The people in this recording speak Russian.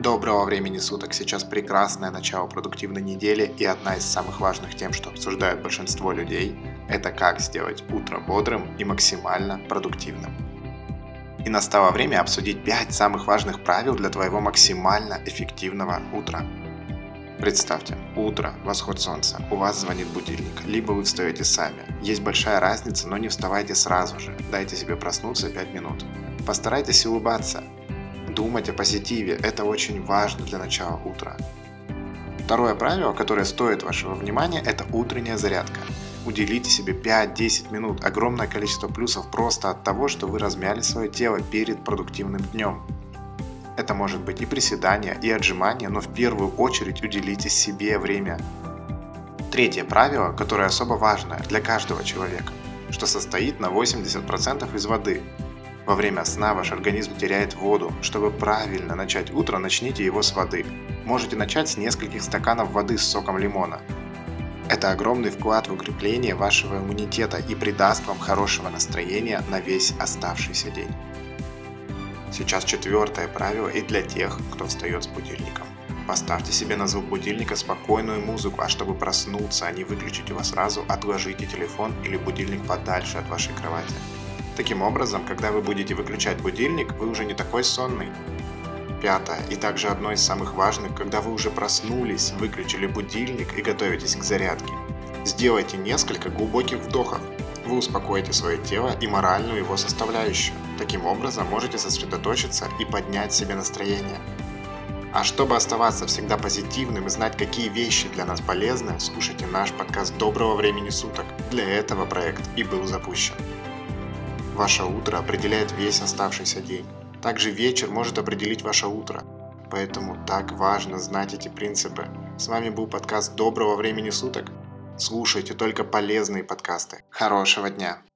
Доброго времени суток! Сейчас прекрасное начало продуктивной недели, и одна из самых важных тем, что обсуждает большинство людей, это как сделать утро бодрым и максимально продуктивным. И настало время обсудить 5 самых важных правил для твоего максимально эффективного утра. Представьте, утро, восход солнца, у вас звонит будильник, либо вы встаете сами. Есть большая разница, но не вставайте сразу же, дайте себе проснуться 5 минут. Постарайтесь улыбаться. Думать о позитиве – это очень важно для начала утра. Второе правило, которое стоит вашего внимания – это утренняя зарядка. Уделите себе 5-10 минут, огромное количество плюсов просто от того, что вы размяли свое тело перед продуктивным днем. Это может быть и приседания, и отжимания, но в первую очередь уделите себе время. Третье правило, которое особо важное для каждого человека, что состоит на 80% из воды. Во время сна ваш организм теряет воду. Чтобы правильно начать утро, начните его с воды. Можете начать с нескольких стаканов воды с соком лимона. Это огромный вклад в укрепление вашего иммунитета и придаст вам хорошего настроения на весь оставшийся день. Сейчас четвертое правило и для тех, кто встает с будильником. Поставьте себе на звук будильника спокойную музыку, а чтобы проснуться, а не выключить его сразу, отложите телефон или будильник подальше от вашей кровати. Таким образом, когда вы будете выключать будильник, вы уже не такой сонный. Пятое, и также одно из самых важных, когда вы уже проснулись, выключили будильник и готовитесь к зарядке. Сделайте несколько глубоких вдохов. Вы успокоите свое тело и моральную его составляющую. Таким образом, можете сосредоточиться и поднять себе настроение. А чтобы оставаться всегда позитивным и знать, какие вещи для нас полезны, слушайте наш подкаст «Доброго времени суток». Для этого проект и был запущен. Ваше утро определяет весь оставшийся день. Также вечер может определить ваше утро. Поэтому так важно знать эти принципы. С вами был подкаст «Доброго времени суток». Слушайте только полезные подкасты. Хорошего дня!